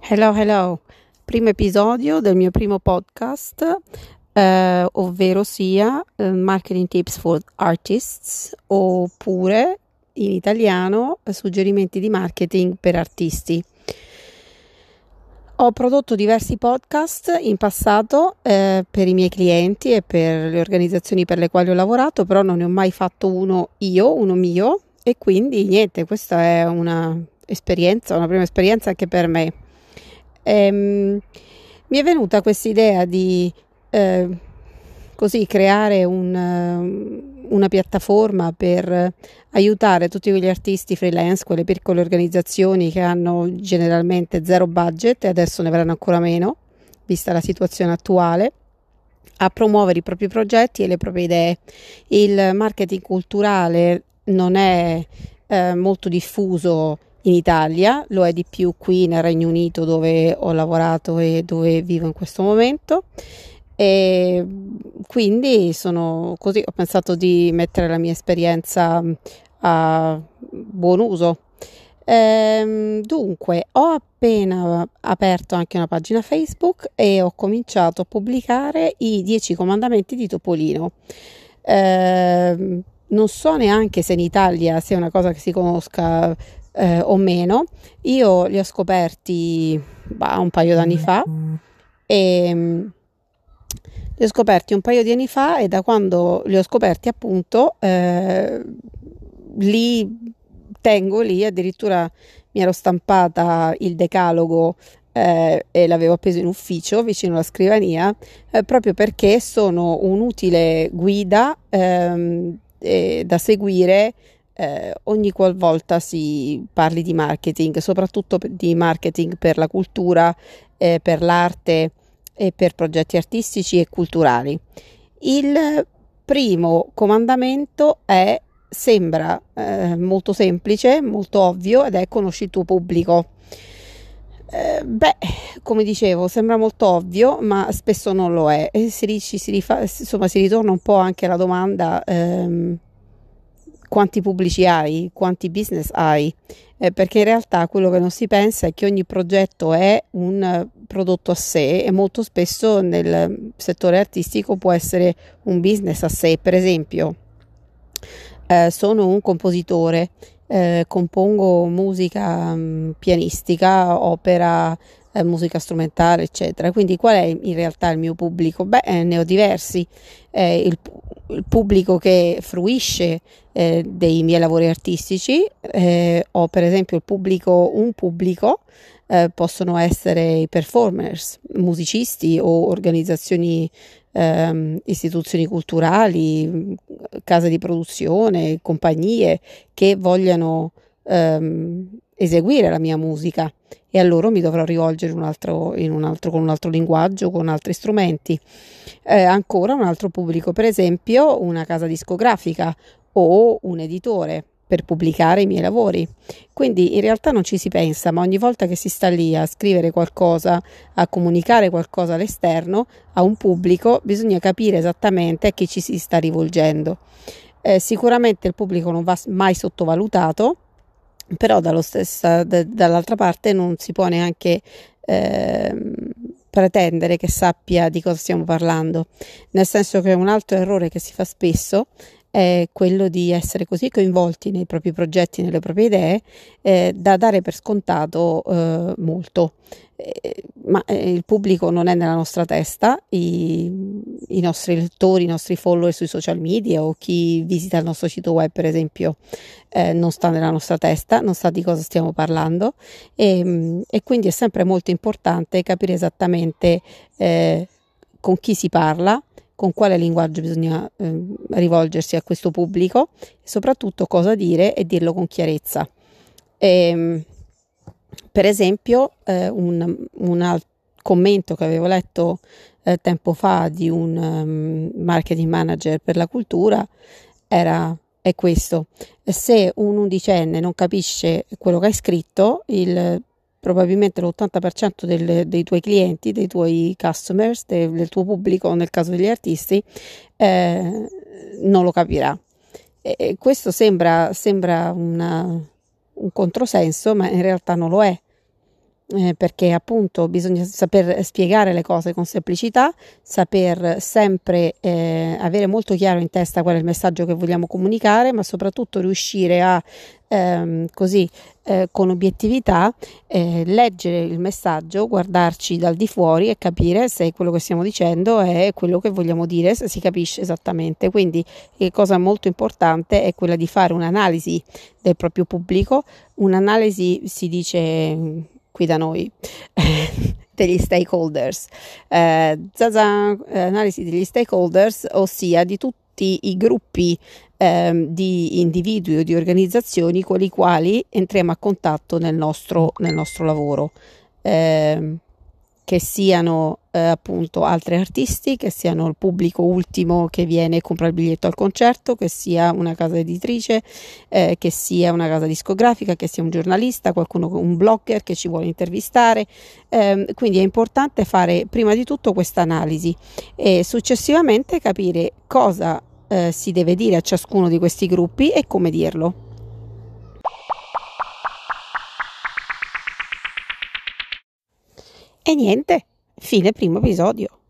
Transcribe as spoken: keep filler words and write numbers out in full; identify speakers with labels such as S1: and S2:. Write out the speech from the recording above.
S1: Hello, hello, primo episodio del mio primo podcast, eh, ovvero sia eh, Marketing Tips for Artists, oppure in italiano eh, suggerimenti di marketing per artisti. Ho prodotto diversi podcast in passato eh, per i miei clienti e per le organizzazioni per le quali ho lavorato, però non ne ho mai fatto uno io, uno mio, e quindi niente, questa è una esperienza, una prima esperienza anche per me. Ehm, Mi è venuta questa idea di eh, così creare un, eh, una piattaforma per aiutare tutti quegli artisti freelance, quelle piccole organizzazioni che hanno generalmente zero budget e adesso ne avranno ancora meno, vista la situazione attuale, a promuovere i propri progetti e le proprie idee. Il marketing culturale non è eh, molto diffuso in Italia, lo è di più qui nel Regno Unito, dove ho lavorato e dove vivo in questo momento, e quindi sono così, ho pensato di mettere la mia esperienza a buon uso. Ehm, dunque, ho appena aperto anche una pagina Facebook e ho cominciato a pubblicare i dieci comandamenti di Topolino. Ehm, non so neanche se in Italia sia una cosa che si conosca eh, o meno. Io li ho scoperti bah, un paio d'anni fa e mm, li ho scoperti un paio di anni fa e da quando li ho scoperti appunto eh, li tengo lì, addirittura mi ero stampata il decalogo eh, e l'avevo appeso in ufficio vicino alla scrivania eh, proprio perché sono un'utile guida ehm, eh, da seguire eh, ogni qualvolta si parli di marketing, soprattutto di marketing per la cultura, eh, per l'arte e per progetti artistici e culturali. Il primo comandamento è sembra eh, molto semplice, molto ovvio, ed è: conosci il tuo pubblico. Eh, beh, come dicevo, sembra molto ovvio, ma spesso non lo è. E si, ci si, rifa, insomma, si ritorna un po' anche alla domanda ehm, quanti pubblici hai, quanti business hai, eh, perché in realtà quello che non si pensa è che ogni progetto è un prodotto a sé e molto spesso nel settore artistico può essere un business a sé. Per esempio, eh, sono un compositore, eh, compongo musica mh, pianistica, opera, eh, musica strumentale, eccetera. Quindi qual è in realtà il mio pubblico? Beh, eh, ne ho diversi. Eh, il, il pubblico che fruisce eh, dei miei lavori artistici, eh, ho per esempio il pubblico, un pubblico, eh, possono essere i performers, musicisti o organizzazioni, ehm, istituzioni culturali, case di produzione, compagnie che vogliano ehm, eseguire la mia musica, e a loro mi dovrò rivolgere un altro, in un altro, con un altro linguaggio, con altri strumenti. Eh, ancora un altro pubblico, per esempio una casa discografica o un editore per pubblicare i miei lavori. Quindi in realtà non ci si pensa, ma ogni volta che si sta lì a scrivere qualcosa, a comunicare qualcosa all'esterno, a un pubblico, bisogna capire esattamente a chi ci si sta rivolgendo. Eh, sicuramente il pubblico non va mai sottovalutato, però dallo stessa, d- dall'altra parte non si può neanche ehm, pretendere che sappia di cosa stiamo parlando, nel senso che un altro errore che si fa spesso è quello di essere così coinvolti nei propri progetti, nelle proprie idee, eh, da dare per scontato eh, molto. Eh, ma eh, il pubblico non è nella nostra testa, i, i nostri lettori, i nostri follower sui social media o chi visita il nostro sito web, per esempio, eh, non sta nella nostra testa, non sa di cosa stiamo parlando, e, e quindi è sempre molto importante capire esattamente eh, con chi si parla, con quale linguaggio bisogna eh, rivolgersi a questo pubblico e soprattutto cosa dire e dirlo con chiarezza. E, per esempio, eh, un, un commento che avevo letto eh, tempo fa di un um, marketing manager per la cultura era è questo: se un undicenne non capisce quello che hai scritto, il probabilmente l'ottanta per cento del, dei tuoi clienti, dei tuoi customers, de, del tuo pubblico, nel caso degli artisti, eh, non lo capirà. E, e questo sembra, sembra una, un controsenso, ma in realtà non lo è. eh, perché appunto bisogna saper spiegare le cose con semplicità, saper sempre eh, avere molto chiaro in testa qual è il messaggio che vogliamo comunicare, ma soprattutto riuscire a ehm, così eh, con obiettività eh, leggere il messaggio, guardarci dal di fuori e capire se quello che stiamo dicendo è quello che vogliamo dire, se si capisce esattamente. Quindi la cosa molto importante è quella di fare un'analisi del proprio pubblico, un'analisi si dice qui da noi degli stakeholders, eh, zazan, analisi degli stakeholders, ossia di tutti i gruppi ehm, di individui o di organizzazioni con i quali entriamo a contatto nel nostro, nel nostro lavoro. Eh, che siano eh, appunto altri artisti, che siano il pubblico ultimo che viene e compra il biglietto al concerto, che sia una casa editrice, eh, che sia una casa discografica, che sia un giornalista, qualcuno, un blogger che ci vuole intervistare. Eh, quindi è importante fare prima di tutto questa analisi e successivamente capire cosa eh, si deve dire a ciascuno di questi gruppi e come dirlo. E niente, fine primo episodio.